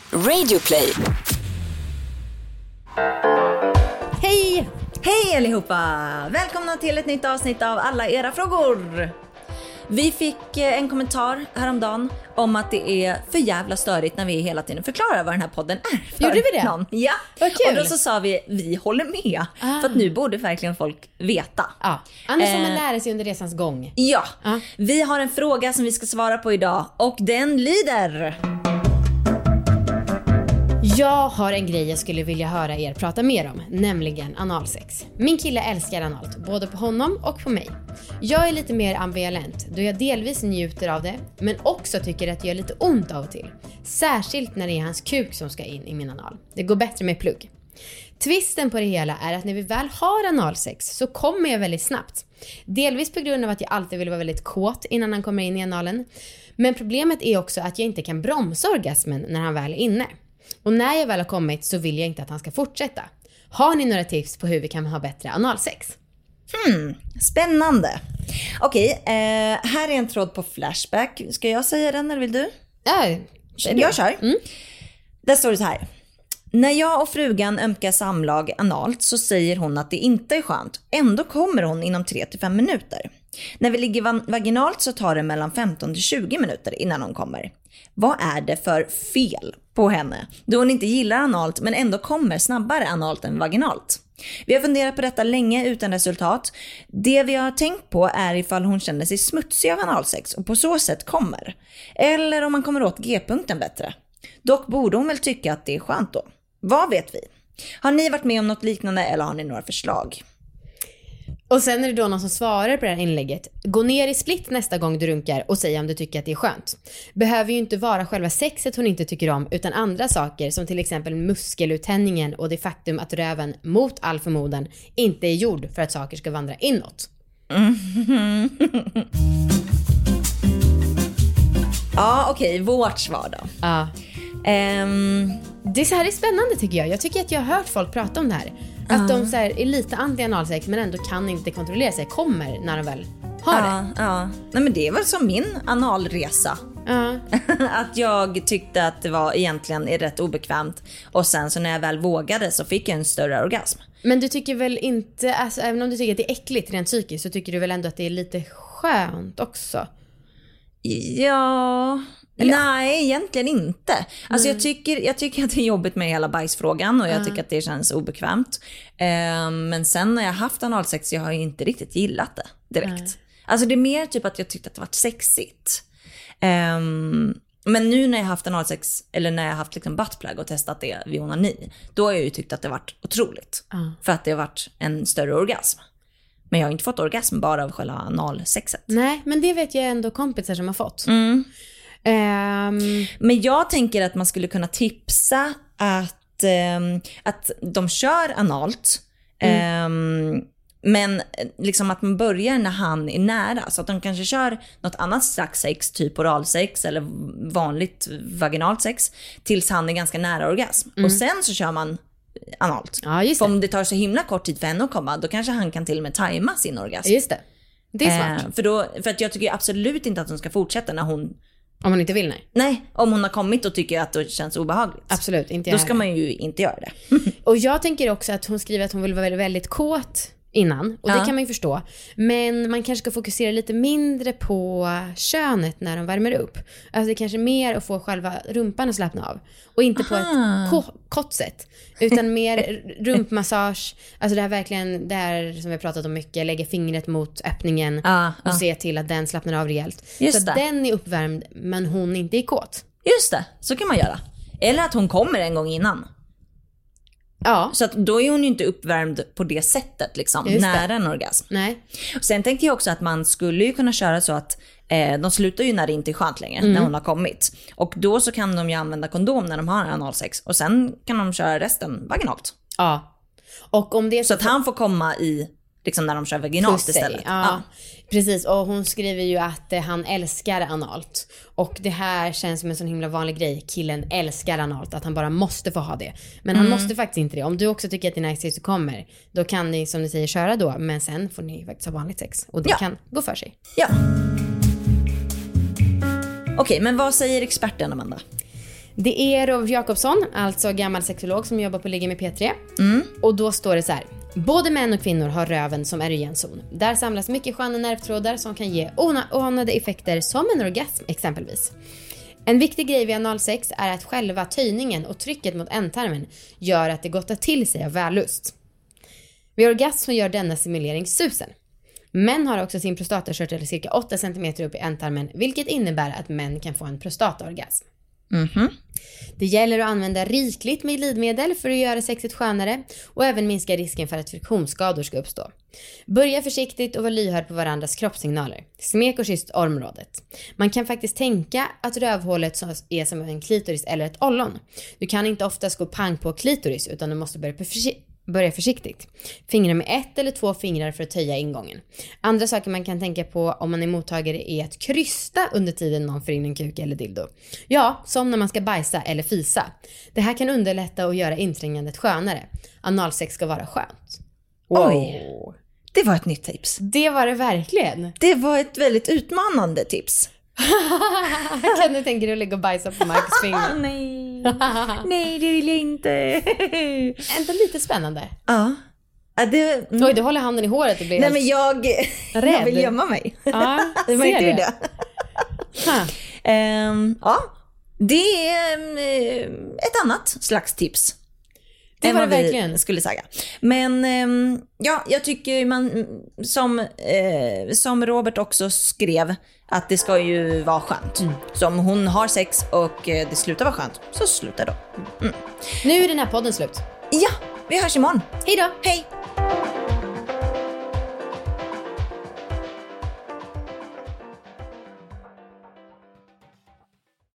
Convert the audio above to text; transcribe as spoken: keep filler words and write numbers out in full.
Radioplay. Hej! Hej allihopa! Välkomna till ett nytt avsnitt av Alla era frågor. Vi fick en kommentar häromdagen om att det är för jävla störigt när vi hela tiden förklarar vad den här podden är för. Gjorde vi det? Någon. Ja, vad kul. Och då så sa vi, vi håller med. Ah. För att nu borde verkligen folk veta. Ja, annars får man lära sig under resans gång. Ja, ah. vi har en fråga som vi ska svara på idag. Och den lyder... Jag har en grej jag skulle vilja höra er prata mer om, nämligen analsex. Min kille älskar analt, både på honom och på mig. Jag är lite mer ambivalent, då jag delvis njuter av det, men också tycker att det gör lite ont av och till. Särskilt när det är hans kuk som ska in i min anal. Det går bättre med plugg. Twisten på det hela är att när vi väl har analsex så kommer jag väldigt snabbt. Delvis på grund av att jag alltid vill vara väldigt kåt innan han kommer in i analen. Men problemet är också att jag inte kan bromsa orgasmen när han väl är inne. Och när jag väl har kommit så vill jag inte att han ska fortsätta. Har ni några tips på hur vi kan ha bättre analsex? Hmm, spännande. Okej, eh, här är en tråd på Flashback. Ska jag säga den eller vill du? Ja, jag kör. Mm. Där står det så här. När jag och frugan ömkar samlag analt så säger hon att det inte är skönt. Ändå kommer hon inom tre till fem minuter. När vi ligger vaginalt så tar det mellan femton till tjugo minuter innan hon kommer. Vad är det för fel på henne? Då hon inte gillar analt men ändå kommer snabbare analt än vaginalt. Vi har funderat på detta länge utan resultat. Det vi har tänkt på är ifall hon känner sig smutsig av analsex och på så sätt kommer. Eller om man kommer åt G-punkten bättre. Dock borde hon väl tycka att det är skönt då. Vad vet vi? Har ni varit med om något liknande eller har ni några förslag? Och sen är det då någon som svarar på det här inlägget. Gå ner i split nästa gång du runkar och säg om du tycker att det är skönt. Behöver ju inte vara själva sexet hon inte tycker om utan andra saker som till exempel muskeluttänningen och det faktum att röven mot all förmodan inte är gjord för att saker ska vandra inåt. Mm. Ja, okej. Okay. Vårt svar då. Ja. Um... Det är så här är spännande tycker jag. Jag tycker att jag har hört folk prata om det här. Att uh. de så här är lite anti-analsex men ändå kan inte kontrollera sig. Kommer när de väl har uh, det. Ja, uh. Nej men det är väl som min analresa. Uh. Att jag tyckte att det var egentligen rätt obekvämt. Och sen så när jag väl vågade så fick jag en större orgasm. Men du tycker väl inte, alltså, även om du tycker att det är äckligt rent psykiskt så tycker du väl ändå att det är lite skönt också? Ja... Eller? Nej, egentligen inte. Alltså jag tycker, jag tycker att det är jobbigt med hela bajsfrågan och jag uh. tycker att det känns obekvämt. Uh, men sen när jag haft analsex jag har jag inte riktigt gillat det direkt. Uh. Alltså det är mer typ att jag tyckte att det var sexigt. Um, men nu när jag haft analsex eller när jag haft liksom buttplug och testat det vid onani, då har jag ju tyckt att det varit otroligt. Uh. För att det har varit en större orgasm. Men jag har inte fått orgasm bara av själva analsexet. Nej, men det vet jag ändå kompisar som har fått. Mm. Um... Men jag tänker att man skulle kunna tipsa att, um, att de kör analt. Mm. Um, men liksom att man börjar när han är nära. Så att de kanske kör något annat slags sex, typ oralsex eller vanligt vaginalt sex, tills han är ganska nära orgasm. Mm. Och sen så kör man analt. Ja, just det. För om det tar så himla kort tid för henne att komma, då kanske han kan till och med tajma sin orgasm. Just det. Det är smart. Uh, för, då, för att jag tycker absolut inte att hon ska fortsätta när hon... Om hon inte vill, nej. Nej, om hon har kommit och tycker att det känns obehagligt. Absolut, inte Då ska man ju inte göra det. Och jag tänker också att hon skriver att hon vill vara väldigt, väldigt kåt innan. Och ja. det kan man ju förstå. Men man kanske ska fokusera lite mindre på könet när de värmer upp. Alltså det är kanske mer att få själva rumpan att slappna av. Och inte Aha. på ett ko- kort sätt. Utan mer rumpmassage. Alltså det här verkligen, det här som vi har pratat om mycket. Lägga fingret mot öppningen. Ja, ja. Och se till att den slappnar av rejält. Just så det. att den är uppvärmd men hon inte är kåt. Just det, så kan man göra. Eller att hon kommer en gång innan. Ja. Så att då är hon ju inte uppvärmd på det sättet liksom, nära en orgasm. Nej. Sen tänkte jag också att man skulle ju kunna köra så att eh, de slutar ju när det inte är skönt längre, mm. när hon har kommit. Och då så kan de ju använda kondom när de har analsex. Och sen kan de köra resten vaginalt. Ja. Och om det är så, så att han får komma i liksom när de kör vaginalt istället. Ja, ja, precis. Och hon skriver ju att eh, han älskar analt. Och det här känns som en sån himla vanlig grej. Killen älskar analt, att han bara måste få ha det. Men han mm. måste faktiskt inte det. Om du också tycker att det är nice så kommer, då kan ni, som ni säger, köra då. Men sen får ni faktiskt ha vanligt sex. Och det ja. kan gå för sig. Ja. Okej, men vad säger experten, Amanda? Det är Robert Jakobsson, alltså gammal sexolog som jobbar på Ligga med P tre. Mm. Och då står det så här: både män och kvinnor har röven som erogenzon. Där samlas mycket sköna nervtrådar som kan ge oanade effekter som en orgasm exempelvis. En viktig grej vid analsex är att själva töjningen och trycket mot ändtarmen gör att det gottar till sig av vällust. Vid orgasm gör denna simulering susen. Män har också sin prostatakörtel cirka åtta centimeter upp i ändtarmen, vilket innebär att män kan få en prostataorgasm. Mhm. Det gäller att använda rikligt med glidmedel för att göra sexet skönare och även minska risken för att friktionsskador ska uppstå. Börja försiktigt och var lyhörd på varandras kroppssignaler. Smek och kyss området. Man kan faktiskt tänka att rövhålet är som en klitoris eller ett ollon. Du kan inte oftast gå pang på klitoris utan du måste börja försiktigt. Börja försiktigt. Fingrar med ett eller två fingrar för att töja ingången. Andra saker man kan tänka på om man är mottagare är att krysta under tiden någon får in en kuk eller dildo. Ja, som när man ska bajsa eller fisa. Det här kan underlätta och göra inträngandet skönare. Analsex ska vara skönt. Wow. Oj, det var ett nytt tips. Det var det verkligen. Det var ett väldigt utmanande tips. Kan du tänka dig att ligga och bajsa på Marcus finger? Nej. Nej, det vill jag inte. Ändå lite spännande. Ja. Det... Oj, du håller handen i håret. Det blir Nej, men jag, jag vill gömma mig. Ja, det märkte det. du det? um, ja, det är um, ett annat slags tips. Det var det vi verkligen. Skulle säga. Men um, ja, jag tycker man som, eh, som Robert också skrev att det ska ju vara skönt. Mm. Så om hon har sex och eh, det slutar vara skönt, så slutar då. Mm. Nu är den här podden slut. Ja, vi hörs imorgon. Hej då. Hej.